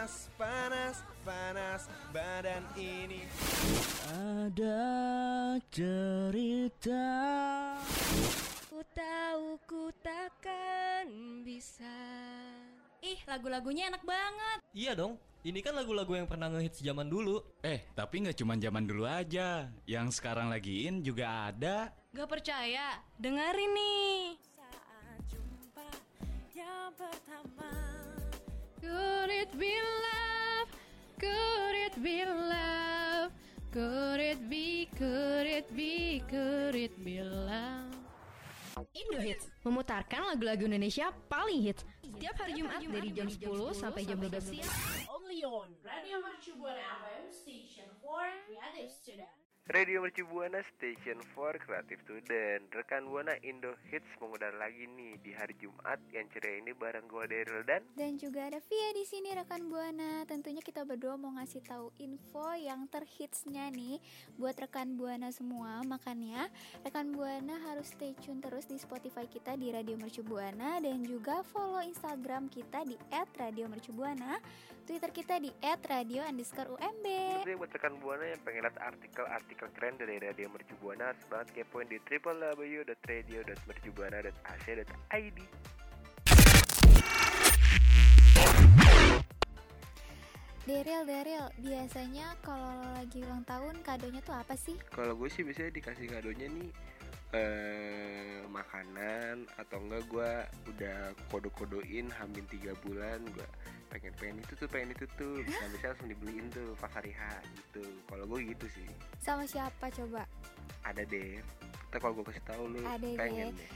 panas badan ini. Ada cerita. Ku tahu ku takkan bisa. Ih, lagu-lagunya enak banget. Iya dong, ini kan lagu-lagu yang pernah ngehits zaman dulu. Tapi gak cuma zaman dulu aja. Yang sekarang lagi in juga ada. Gak percaya? Dengerin nih. Saat jumpa yang pertama, Could it be love? Could it be love? Could it be, could it be, could it be love? Indohits memutarkan lagu-lagu Indonesia paling hits setiap hari Jumat dari jam 10 sampai jam 12 siang. only on Radio Mercu Buana FM Station for Creative Student. Radio Mercu Buana Station for Creative Student. Rekan Buana Indo Hits mengudara lagi nih di hari Jumat yang ceria ini bareng gua Daryl Dan juga ada Via di sini rekan Buana. Tentunya kita berdua mau ngasih tahu info yang terhitsnya nih buat rekan Buana semua. Makanya rekan Buana harus stay tune terus di Spotify kita di Radio Mercu Buana dan juga follow Instagram kita di @radiomercubuana, Twitter kita di @radio_UMB. Jadi buat rekan Buana yang pengen lihat artikel keren dari Radio Mercu Buana harus banget kepoin di www.radio.mercubuana.ac.id. Daryl, biasanya kalau lagi ulang tahun kadonya tuh apa sih? Kalau gue sih biasanya dikasih kadonya nih makanan, atau enggak gue udah kode-kodoin hampir 3 bulan gue pengen itu tuh bisa langsung dibeliin tuh pas hari H gitu. Kalau gue gitu sih. Sama siapa coba? Ada deh. Tapi kalau gue kasih tahu lu Ada pengen deh. deh.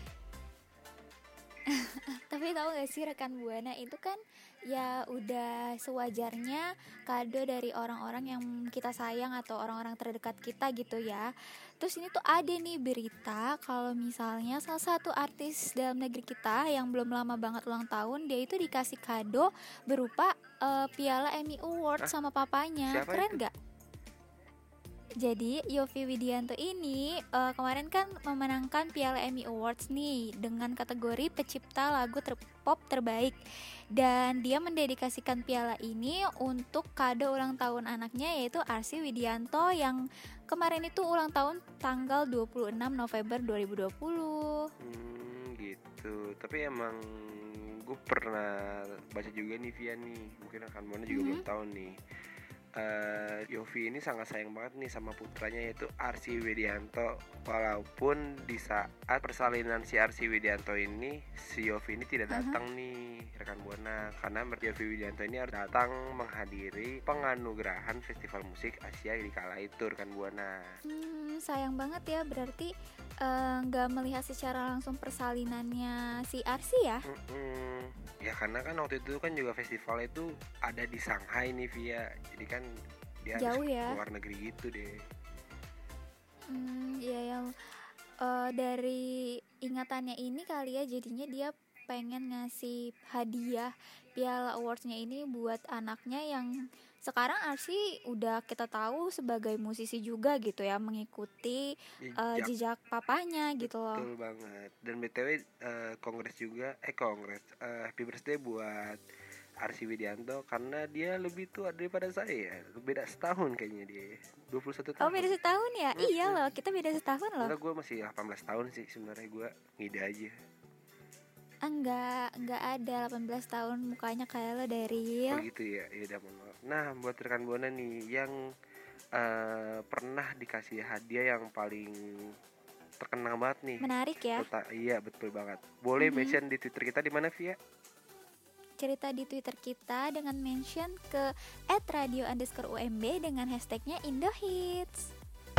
Tapi tahu gak sih rekan Buana itu kan ya udah sewajarnya kado dari orang-orang yang kita sayang atau orang-orang terdekat kita gitu ya. Terus ini tuh ada nih berita kalau misalnya salah satu artis dalam negeri kita yang belum lama banget ulang tahun, dia itu dikasih kado berupa piala Emmy Award sama papanya. Siapa Keren itu? gak? Jadi Yovie Widianto ini kemarin kan memenangkan Piala Emmy Awards nih dengan kategori pencipta lagu pop terbaik. Dan dia mendedikasikan piala ini untuk kado ulang tahun anaknya yaitu Arsy Widianto yang kemarin itu ulang tahun tanggal 26 November 2020. Gitu. Tapi emang gue pernah baca juga nih Via nih, mungkin rekan Buana juga belum tahu nih. Yovie ini sangat sayang banget nih sama putranya yaitu Arsy Widianto. Walaupun di saat persalinan si Arsy Widianto ini, si Yovie ini tidak datang nih rekan Buana, karena Yovie Widianto ini harus datang menghadiri penganugerahan Festival Musik Asia di kala itu rekan Buana. Sayang banget ya, berarti nggak melihat secara langsung persalinannya si Arsy ya. Ya karena kan waktu itu kan juga festival itu ada di Shanghai nih Via. Jadi kan dia Jauh harus ya. keluar negeri gitu deh. Iya yang dari ingatannya ini kali ya, jadinya dia pengen ngasih hadiah Piala Awards-nya ini buat anaknya yang sekarang Arsy udah kita tahu sebagai musisi juga gitu ya, mengikuti jejak papanya gitu loh. Betul banget. Dan BTW happy birthday buat Arsy Widianto karena dia lebih tua daripada saya. Beda setahun kayaknya dia. 21 tahun. Oh, beda setahun ya? Iya loh, kita beda setahun loh. Enggak, gue masih 18 tahun sih sebenarnya, gue ngide aja. Enggak ada 18 tahun mukanya kayak lo Daryl. Oh gitu ya, ya udah mohon maaf. Nah buat rekan Buana nih yang pernah dikasih hadiah yang paling terkenal banget nih. Menarik ya. Iya betul banget. Boleh mention di Twitter kita di mana Via? Cerita di Twitter kita dengan mention ke @radio_UMB dengan hashtagnya Indohits.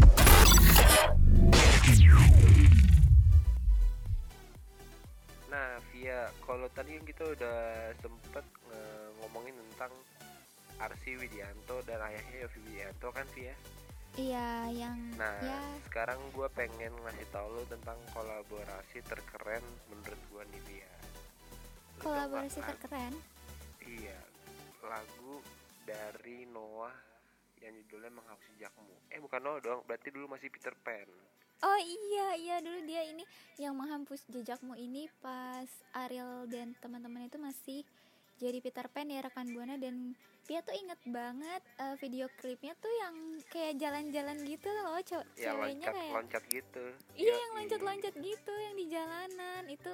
Nah Via, kalau tadi kan kita udah sempet ngomongin tentang Arsy Widianto dan ayahnya Yovie Widianto kan Via? Iya, yang Nah ya sekarang gue pengen ngasih tau lo tentang kolaborasi terkeren menurut gue nih Via. Lo tau kolaborasi nggak terkeren. Iya, lagu dari Noah yang judulnya Menghapus Jejakmu. Bukan Noah dong, berarti dulu masih Peter Pan. Oh iya dulu dia ini yang menghapus jejakmu ini pas Ariel dan teman-teman itu masih jadi Peter Pan ya rekan Buana. Dan Pia tuh inget banget video klipnya tuh yang kayak jalan-jalan gitu loh, Ya ceweknya kayak loncat gitu. iya yang loncat-loncat gitu yang di jalanan itu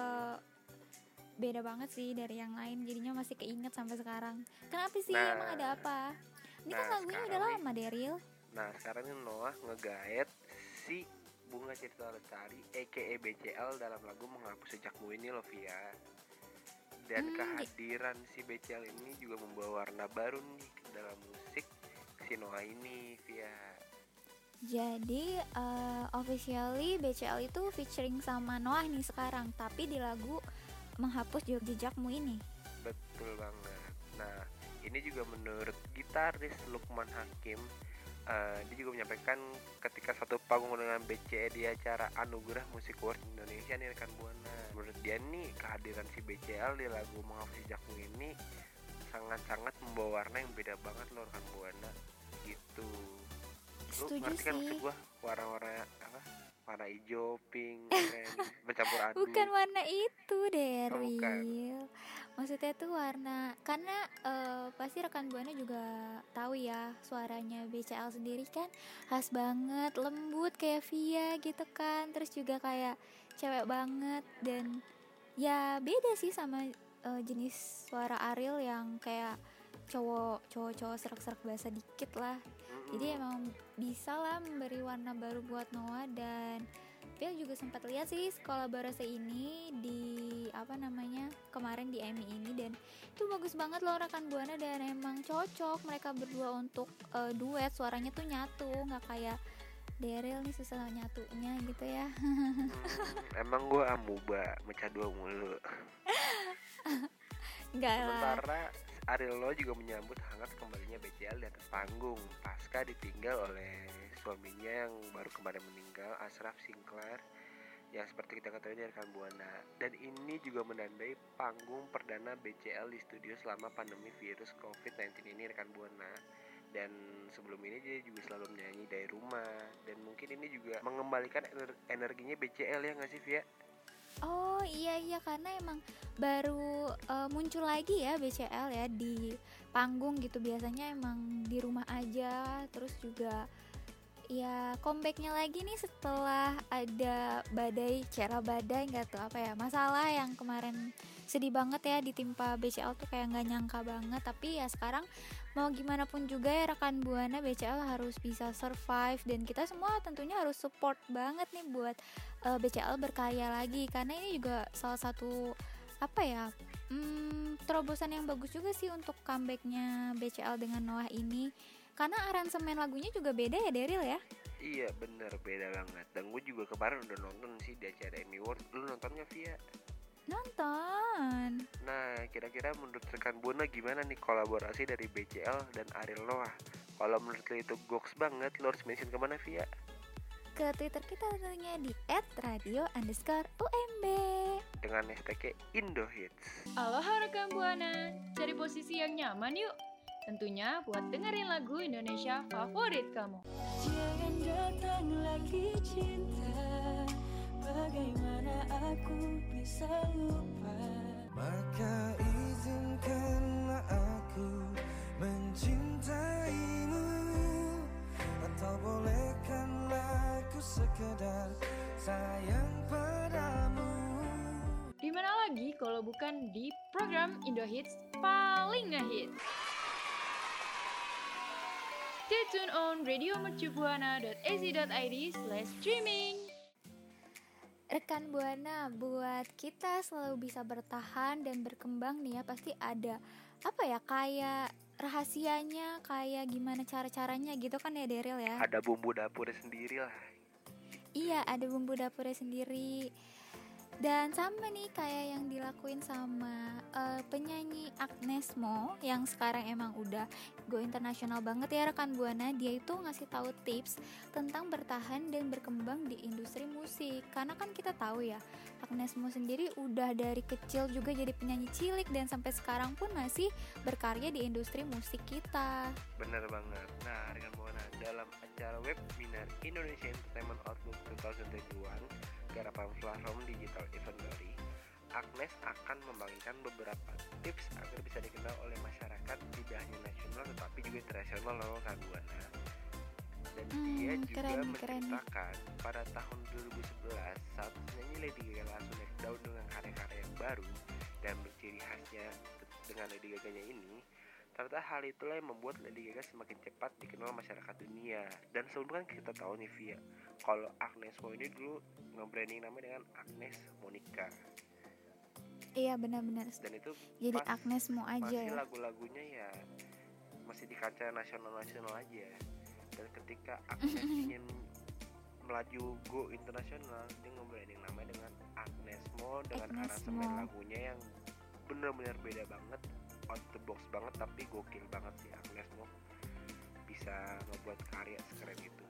beda banget sih dari yang lain, jadinya masih keinget sampai sekarang. Kenapa sih, Nah, emang ada apa? Ini kan nah, lagunya sekarang udah nih- lama Daryl. Nah sekarang ini Noah ngegaet si Bunga Citra Lestari aka BCL dalam lagu Menghapus Jejakmu ini loh Via. Dan kehadiran si BCL ini juga membawa warna baru nih ke dalam musik si Noah ini Via. Jadi officially BCL itu featuring sama Noah nih sekarang, tapi di lagu Menghapus Jejakmu ini. Betul banget. Nah ini juga menurut gitaris Lukman Hakim, dia juga menyampaikan ketika satu panggung dengan BCE di acara Anugerah Musik Award Indonesia nih rekan Buana. Menurut dia nih kehadiran si BCL di lagu Menghapus Jejakmu ini sangat-sangat membawa warna yang beda banget loh rekan Buana gitu. Lu Setuju ngerti kan sih. maksud gua warna-warna apa? Warna hijau, pink, oranye, bercampur aduk. Bukan warna itu Daryl. bukan. Maksudnya tuh warna, karena pasti rekan Buana juga tahu ya suaranya BCL sendiri kan khas banget, lembut kayak Via gitu kan, terus juga kayak cewek banget. Dan ya beda sih sama jenis suara Ariel yang kayak cowok serak-serak bahasa dikit lah. Jadi emang bisa lah memberi warna baru buat Noah. Dan Pia juga sempat lihat sih kolaborasi ini di kemarin di Emmy ini, dan itu bagus banget loh rekan Buana. Dan emang cocok mereka berdua untuk duet, suaranya tuh nyatu, nggak kayak Daryl nih susah nyatunya gitu ya. Emang gua amuba mecah dua mulu. Nggak lah. Sementara Ariel Noah juga menyambut hangat kembalinya BCL di atas panggung pasca ditinggal oleh suaminya yang baru kemarin meninggal, Ashraf Sinclair, yang seperti kita ketahui ini rekan Buana. Dan ini juga menandai panggung perdana BCL di studio selama pandemi virus COVID-19 ini rekan Buana. Dan sebelum ini dia juga selalu menyanyi dari rumah. Dan mungkin ini juga mengembalikan energinya BCL ya nggak sih Via? Oh iya karena emang baru muncul lagi ya BCL ya di panggung gitu. Biasanya emang di rumah aja. Terus juga ya comebacknya lagi nih setelah ada badai nggak tuh apa ya, masalah yang kemarin sedih banget ya ditimpa BCL tuh, kayak nggak nyangka banget. Tapi ya sekarang mau gimana pun juga ya rekan Buana, BCL harus bisa survive, dan kita semua tentunya harus support banget nih buat BCL berkarya lagi, karena ini juga salah satu terobosan yang bagus juga sih untuk comebacknya BCL dengan Noah ini. Karena aransemen lagunya juga beda ya Daryl ya. Iya bener, beda banget. Dan gue juga kemarin udah nonton sih di acara Emmy Award. Lu nontonnya Via? Nonton. Nah kira-kira menurut rekan Buana gimana nih kolaborasi dari BCL dan Ariel Noah? Kalau menurut lo itu goks banget, lo harus mention kemana Via? Ke Twitter kita tentunya di @radio_UMB Dengan hashtag Indohits. Aloha rekan Buana, cari posisi yang nyaman yuk. Tentunya buat dengerin lagu Indonesia favorit kamu. Jangan datang lagi cinta, bagaimana aku bisa lupa? Maka izinkanlah aku mencintaimu, atau bolehkanlah aku sekedar sayang padamu. Dimana lagi kalau bukan di program Indohits paling ngehits. Stay tune on radiomercubuana.ac.id/streaming. Rekan Buana, buat kita selalu bisa bertahan dan berkembang nih ya, pasti ada kayak rahasianya, kayak gimana cara-caranya gitu kan ya Daryl ya. Ada bumbu dapurnya sendiri lah. Iya, ada bumbu dapurnya sendiri. Dan sama nih kayak yang dilakuin sama penyanyi Agnes Mo, yang sekarang emang udah go internasional banget ya rekan Buana. Dia itu ngasih tahu tips tentang bertahan dan berkembang di industri musik. Karena kan kita tahu ya, Agnes Mo sendiri udah dari kecil juga jadi penyanyi cilik, dan sampai sekarang pun masih berkarya di industri musik kita. Bener banget. Nah rekan Buana, dalam acara webinar Indonesia Entertainment Outlook 2021 garapan platform digital Eventbrite, Agnes akan membagikan beberapa tips agar bisa dikenal oleh masyarakat tidak hanya nasional tetapi juga internasional loh Kak Buana. Dan dia juga keren nih. menceritakan pada tahun 2011 saat penyanyi Lady Gaga langsung naik daun dengan karya-karya yang baru dan berciri khasnya dengan Lady Gaga-nya ini. Ternyata hal itulah yang membuat Lady Gaga semakin cepat dikenal masyarakat dunia. Dan sebelumnya kan kita tahu nih Via, kalau Agnes Mo ini dulu nge-branding namanya dengan Agnes Monica. Iya benar-benar. Dan itu Jadi pas Agnes Mo aja masih ya. lagu-lagunya ya masih di kancah nasional-nasional aja. Dan ketika Agnes ingin melaju go internasional, dia nge-branding namanya dengan Agnes Mo dengan Agnes aransemen Mo. lagunya yang benar-benar beda banget, out the box banget, tapi gokil banget sih Agnes Mo bisa ngebuat karya sekeren itu.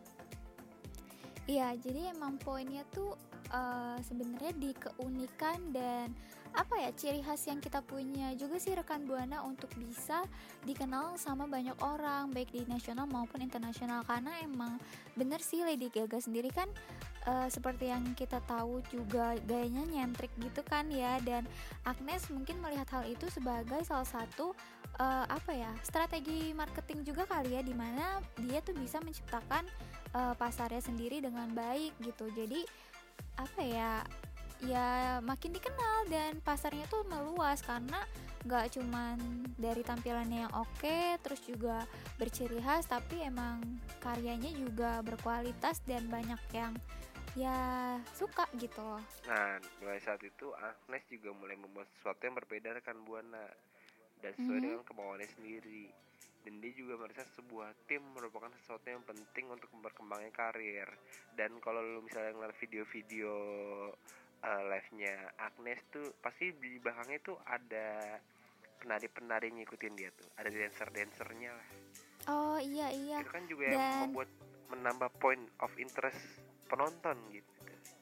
Iya, jadi emang poinnya tuh sebenarnya di keunikan dan apa ya, ciri khas yang kita punya juga sih rekan Buana untuk bisa dikenal sama banyak orang baik di nasional maupun internasional. Karena emang bener sih Lady Gaga sendiri kan seperti yang kita tahu juga gayanya nyentrik gitu kan ya, dan Agnes mungkin melihat hal itu sebagai salah satu apa ya, strategi marketing juga kali ya, dimana dia tuh bisa menciptakan pasarnya sendiri dengan baik gitu. Jadi apa ya, ya makin dikenal dan pasarnya tuh meluas karena nggak cuman dari tampilannya yang oke, terus juga berciri khas, tapi emang karyanya juga berkualitas dan banyak yang ya suka gitu loh. Nah, mulai saat itu Agnes juga mulai membuat sesuatu yang berbeda rekan Buana dan sesuai dengan kemauannya sendiri. Dan dia juga merasa sebuah tim merupakan sesuatu yang penting untuk memperkembangkan karir. Dan kalau lu misalnya ngeliat video-video live-nya Agnes tuh pasti di belakangnya tuh ada penari-penari ngikutin dia tuh, ada dancer-dancernya lah. Oh iya. Itu kan juga yang membuat menambah point of interest penonton gitu.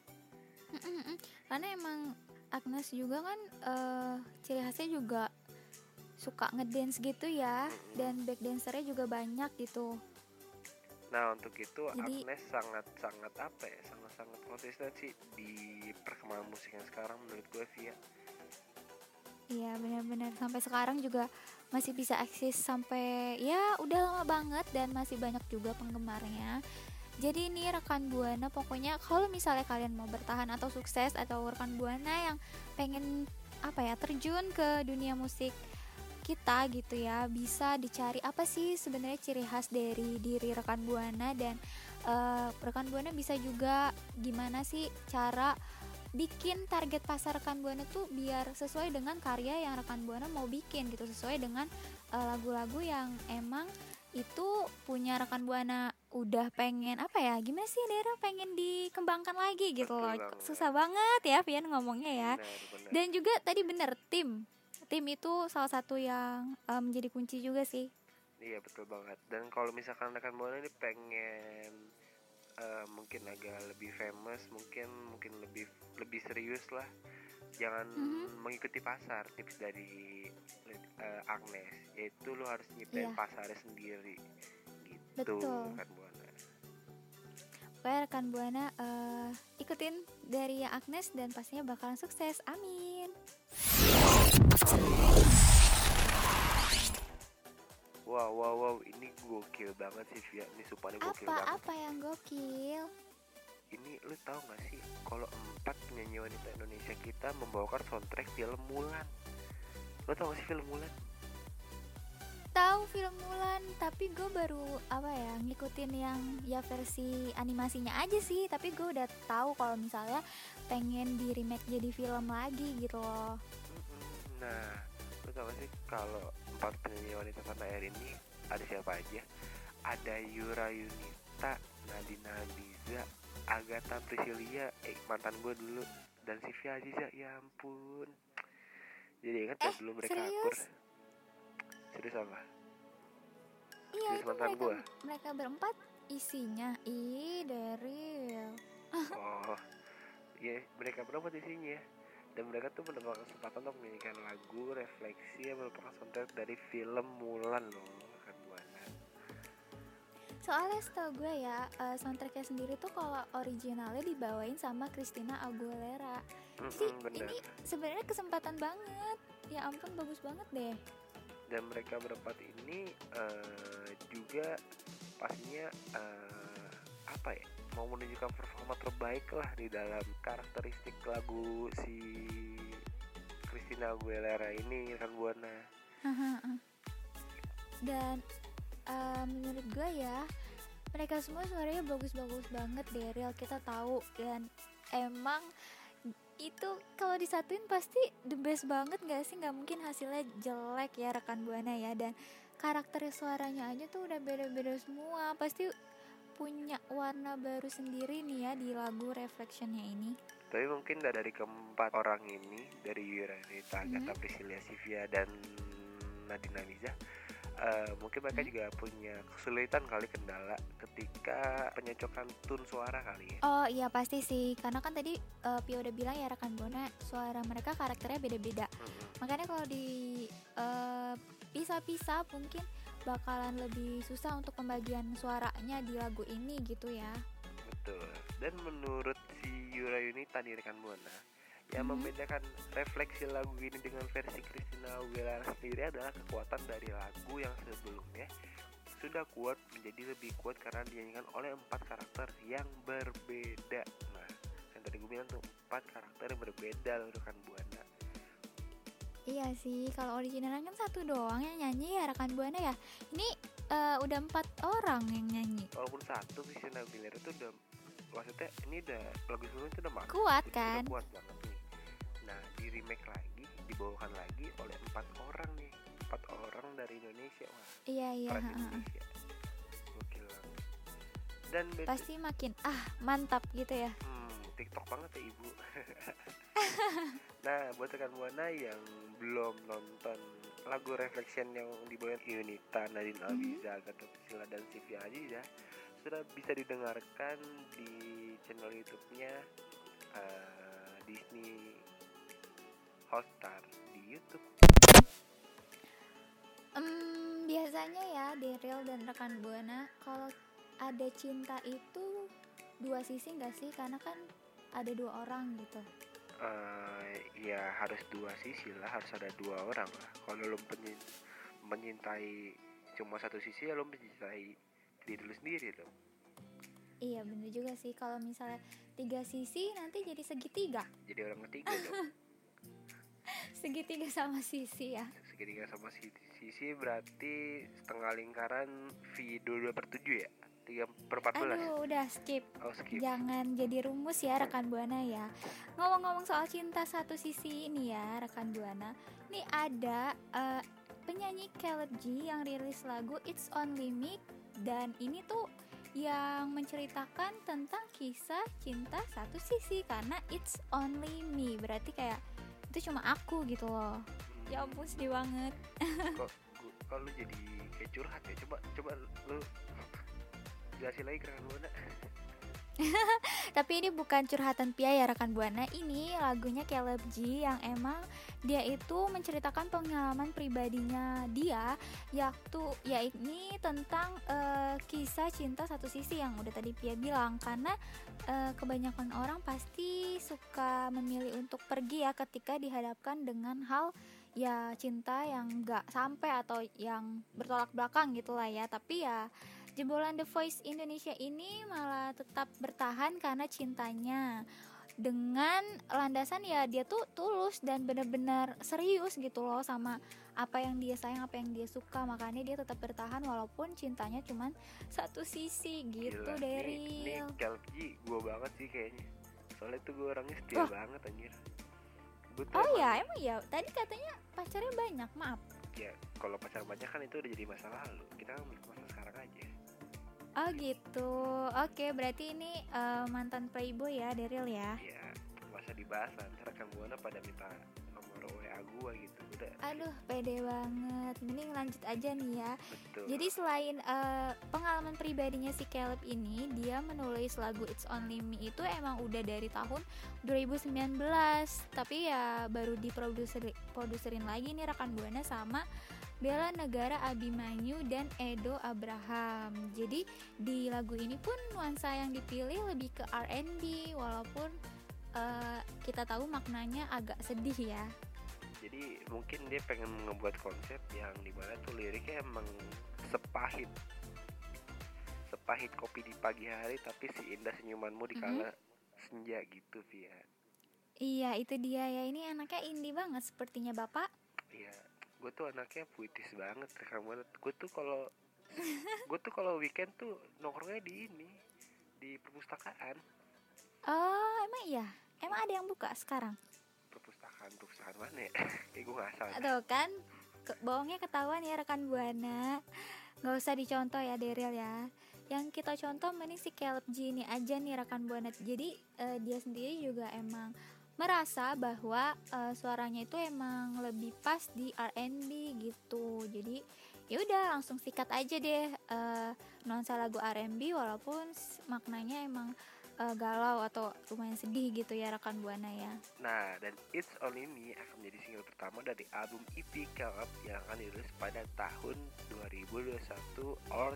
Karena emang Agnes juga kan ciri khasnya juga suka ngedance gitu ya, dan back dancernya juga banyak gitu. Nah untuk itu Jadi, Agnes sangat apa ya, sangat konsisten sih di perkembangan musik yang sekarang menurut gue Via. iya benar-benar sampai sekarang juga masih bisa eksis sampai ya udah lama banget dan masih banyak juga penggemarnya. Jadi ini rekan Buana, pokoknya kalau misalnya kalian mau bertahan atau sukses, atau rekan Buana yang pengen apa ya, terjun ke dunia musik kita gitu ya, bisa dicari apa sih sebenarnya ciri khas dari diri rekan Buana, dan rekan Buana bisa juga gimana sih cara bikin target pasar rekan Buana tuh biar sesuai dengan karya yang rekan Buana mau bikin gitu, sesuai dengan lagu-lagu yang emang itu punya rekan Buana udah pengen apa ya, gimana sih daerah pengen dikembangkan lagi gitu loh. Susah banget ya Vian ngomongnya ya. Benar. Dan juga tadi bener, tim itu salah satu yang menjadi kunci juga sih. Iya betul banget. Dan kalau misalkan rekan Buana ini pengen mungkin agak lebih famous, mungkin lebih serius lah, jangan mengikuti pasar. Tips dari Agnes yaitu lo harus nyiptain pasarnya sendiri gitu. Betul. Rekan Buana. Oke rekan Buana, ikutin dari Agnes dan pastinya bakalan sukses, amin. Wow, ini gokil banget sih Via, ini sumpah gokil banget. Apa yang gokil? Ini lu tahu gak sih kalau 4 penyanyi wanita Indonesia kita membawakan soundtrack film Mulan? Lu tahu gak sih film Mulan? Tahu film Mulan, tapi gue baru apa ya, ngikutin yang ya versi animasinya aja sih. Tapi gue udah tahu kalau misalnya pengen di remake jadi film lagi gitu loh. Nah, lu tau gak sih kalau 4 penyanyi wanita tanah air ini ada siapa aja? Ada Yura Yunita, Nadina Liza, Agatha Priscilia, mantan gue dulu, dan Sylvie Aziza. Ya ampun. Jadi ingat ya dulu mereka akur. Serius apa? Iya, serius itu mantan mereka berempat isinya Daryl. Oh, iya mereka berempat isinya. Dan mereka tuh mendapatkan kesempatan untuk menyanyikan lagu Refleksi yang merupakan soundtrack dari film Mulan loh, rekan Buana. Soalnya setahu gue ya, soundtracknya sendiri tuh kalau originalnya dibawain sama Christina Aguilera. Jadi Bener. ini sebenarnya kesempatan banget. Ya ampun, bagus banget deh. Dan mereka berempat ini juga pastinya apa ya, mau menunjukkan performa terbaik lah di dalam karakteristik lagu si Christina Aguilera ini kan Buana. Dan menurut gue ya, mereka semua suaranya bagus-bagus banget deh, real, kita tahu. Dan emang itu kalau disatuin pasti the best banget gak sih? Gak mungkin hasilnya jelek ya rekan Buana ya. Dan karakter suaranya aja tuh udah beda-beda semua, pasti punya warna baru sendiri nih ya di lagu Reflectionnya ini. Tapi mungkin dari keempat orang ini, dari Yura-Yunita, Agatha Priscilla Sylvia, dan Nadine Amiza, mungkin mereka juga punya kesulitan kali, kendala ketika penyocokan tune suara kali ya. Oh iya pasti sih, karena kan tadi Pia udah bilang ya rekan Buana, suara mereka karakternya beda-beda. Makanya kalau di pisah-pisah mungkin bakalan lebih susah untuk pembagian suaranya di lagu ini gitu ya. Betul. Dan menurut si Yura-Yunita di rekan Buana, yang membedakan refleksi lagu ini dengan versi Christina Aguilera sendiri adalah kekuatan dari lagu yang sebelumnya sudah kuat menjadi lebih kuat karena dinyanyikan oleh 4 karakter yang berbeda. Nah, yang tadi gue bilang tuh 4 karakter yang berbeda loh rekan Buana. Iya sih, kalau originalnya kan satu doang yang nyanyi ya rekan Buana ya. Ini udah 4 orang yang nyanyi. Walaupun satu Christina Aguilera itu udah, maksudnya ini udah lagu sebelumnya itu udah mantap, Kuat itu kan? udah kuat banget nih. Nah, di remake lagi, dibawakan lagi oleh 4 orang nih, 4 orang dari Indonesia. Wah, Iya. keren Indonesia, gokil banget. Dan Pasti makin mantap gitu ya. TikTok banget ya ibu. Nah, buat rekan Buana yang belum nonton lagu Reflection yang dibawain Yunita, Nadine Amiza, Agatha Priscilla, dan Sylvia Aziza, sudah bisa didengarkan di channel YouTube-nya Disney Hotstar di YouTube. Biasanya ya Daryl dan rekan Buana, kalau ada cinta itu 2 sisi nggak sih? Karena kan ada 2 orang gitu. Ya harus 2 sisi lah, harus ada 2 orang lah. Kalau lo menyintai cuma satu sisi, ya lo mencintai diri lo sendiri lo. Iya bener juga sih, kalau misalnya 3 sisi nanti jadi segitiga. Jadi orang ketiga dong. Segitiga sama sisi ya. Segitiga sama sisi berarti setengah lingkaran V22/7 ya? 3/14. Aduh udah skip. Oh, skip. Jangan jadi rumus ya rekan Buana ya. Ngomong-ngomong soal cinta satu sisi ini ya rekan Buana, ini ada penyanyi Caleb G yang rilis lagu It's Only Me. Dan ini tuh yang menceritakan tentang kisah cinta satu sisi, karena it's only me, berarti kayak itu cuma aku gitu loh. Ya ampun sedih banget. Kok lu jadi kayak curhat ya? Coba lu jelasin lagi ke rekan Buana. Tapi ini bukan curhatan Pia ya rekan Buana, ini lagunya Caleb G yang emang dia itu menceritakan pengalaman pribadinya dia, yakni tentang kisah cinta satu sisi yang udah tadi Pia bilang. Karena kebanyakan orang pasti suka memilih untuk pergi ya ketika dihadapkan dengan hal ya cinta yang gak sampai atau yang bertolak belakang gitulah ya. Tapi ya jebolan The Voice Indonesia ini malah tetap bertahan karena cintanya, dengan landasan ya dia tuh tulus dan benar-benar serius gitu loh sama apa yang dia sayang, apa yang dia suka. Makanya dia tetap bertahan walaupun cintanya cuman satu sisi gitu. Gila, dari ini Caleb G gue banget sih kayaknya. Soalnya tuh gue orangnya setia banget anjir. Emang ya tadi katanya pacarnya banyak, maaf. Ya kalau pacar banyak kan itu udah jadi masa lalu, kita kan masa sekarang aja. Oh gitu. Oke, berarti ini mantan playboy ya Daryl ya. Ya masa dibahas, nanti rekan Buana pada minta nomor WA gua gitu. Udah. Aduh pede banget. Mending lanjut aja nih ya. Betul. Jadi selain pengalaman pribadinya si Caleb ini, dia menulis lagu It's Only Me itu emang udah dari tahun 2019. Tapi ya baru diproduserin lagi nih rekan Buana sama Bela Negara Abimanyu dan Edo Abraham. Jadi di lagu ini pun nuansa yang dipilih lebih ke R&B, walaupun kita tahu maknanya agak sedih ya. Jadi mungkin dia pengen ngebuat konsep yang dimana tuh liriknya emang sepahit kopi di pagi hari, tapi seindah senyumanmu di kala senja gitu, Via. Iya, itu dia ya. Ini anaknya indie banget sepertinya Bapak. Iya, gue tuh anaknya puitis banget, rekam banget. Gue tuh kalau weekend tuh nongkrongnya di perpustakaan. Oh, emang iya? Emang ada yang buka sekarang? Perpustakaan mana ya? Kayak gue nggak salah. Tuh kan, bohongnya ketahuan ya rekan Buana. Nggak usah dicontoh ya Daryl ya. Yang kita contoh mending si Caleb G ini aja nih rekan Buana. Jadi dia sendiri juga emang merasa bahwa suaranya itu emang lebih pas di R&B gitu. Jadi yaudah langsung sikat aja deh nuansa lagu R&B walaupun maknanya emang galau atau lumayan sedih gitu ya rekan Buana ya. Nah, dan It's Only Me akan menjadi single pertama dari album EP Caleb yang akan dirilis pada tahun 2021 or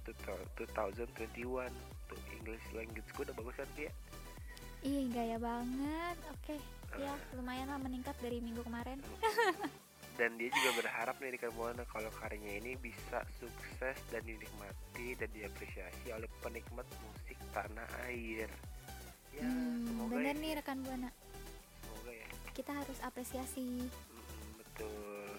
2021. Tuh English language gue udah bagus kan dia? Ih, gaya banget. Oke, ya lumayan lah meningkat dari minggu kemarin. Dan dia juga berharap nih rekan Buana kalau karyanya ini bisa sukses dan dinikmati dan diapresiasi oleh penikmat musik tanah air. Ya, semoga bener ya. nih rekan Buana. Semoga ya. Kita harus apresiasi. Betul.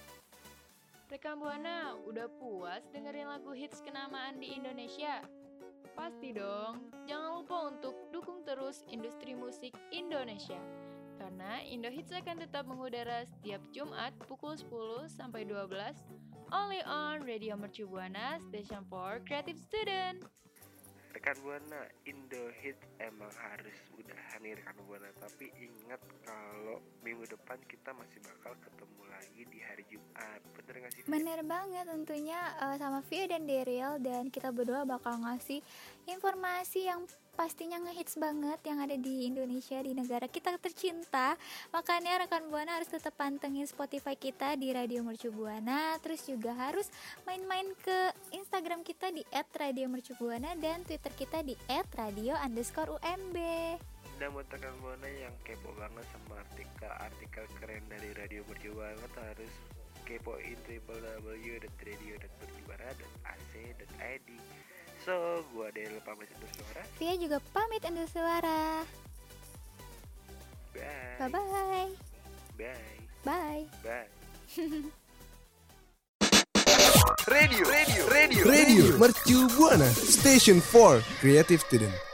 Rekan Buana, udah puas dengerin lagu hits kenamaan di Indonesia? Pasti dong. Jangan lupa untuk dukung terus industri musik Indonesia. Karena Indo Hits akan tetap mengudara setiap Jumat pukul 10 sampai 12 only on Radio Mercu Buana, Station for Creative Student. Rekan Buana, Indo Hits emang harus udahan nih rekan Buana. Tapi ingat kalau minggu depan kita masih bakal ketemu lagi di hari Jumat. Bener gak sih? Bener banget tentunya sama Via dan Daryl. Dan kita berdua bakal ngasih informasi yang pastinya ngehits banget yang ada di Indonesia, di negara kita tercinta. Makanya rekan Buana harus tetap pantengin Spotify kita di Radio Mercu Buana. Terus juga harus main-main ke Instagram kita di @radiomercubuana dan Twitter kita di @radio_UMB. Dan buat rekan Buana yang kepo banget sama artikel keren dari Radio Mercu Buana, harus kepoin www.radio.mercubuana.ac.id. So, gua Daryl pamit undur suara. Via juga pamit undur suara. Bye. Bye-bye. Bye. Bye. Bye. Radio Mercu Buana, Station for Creative Student.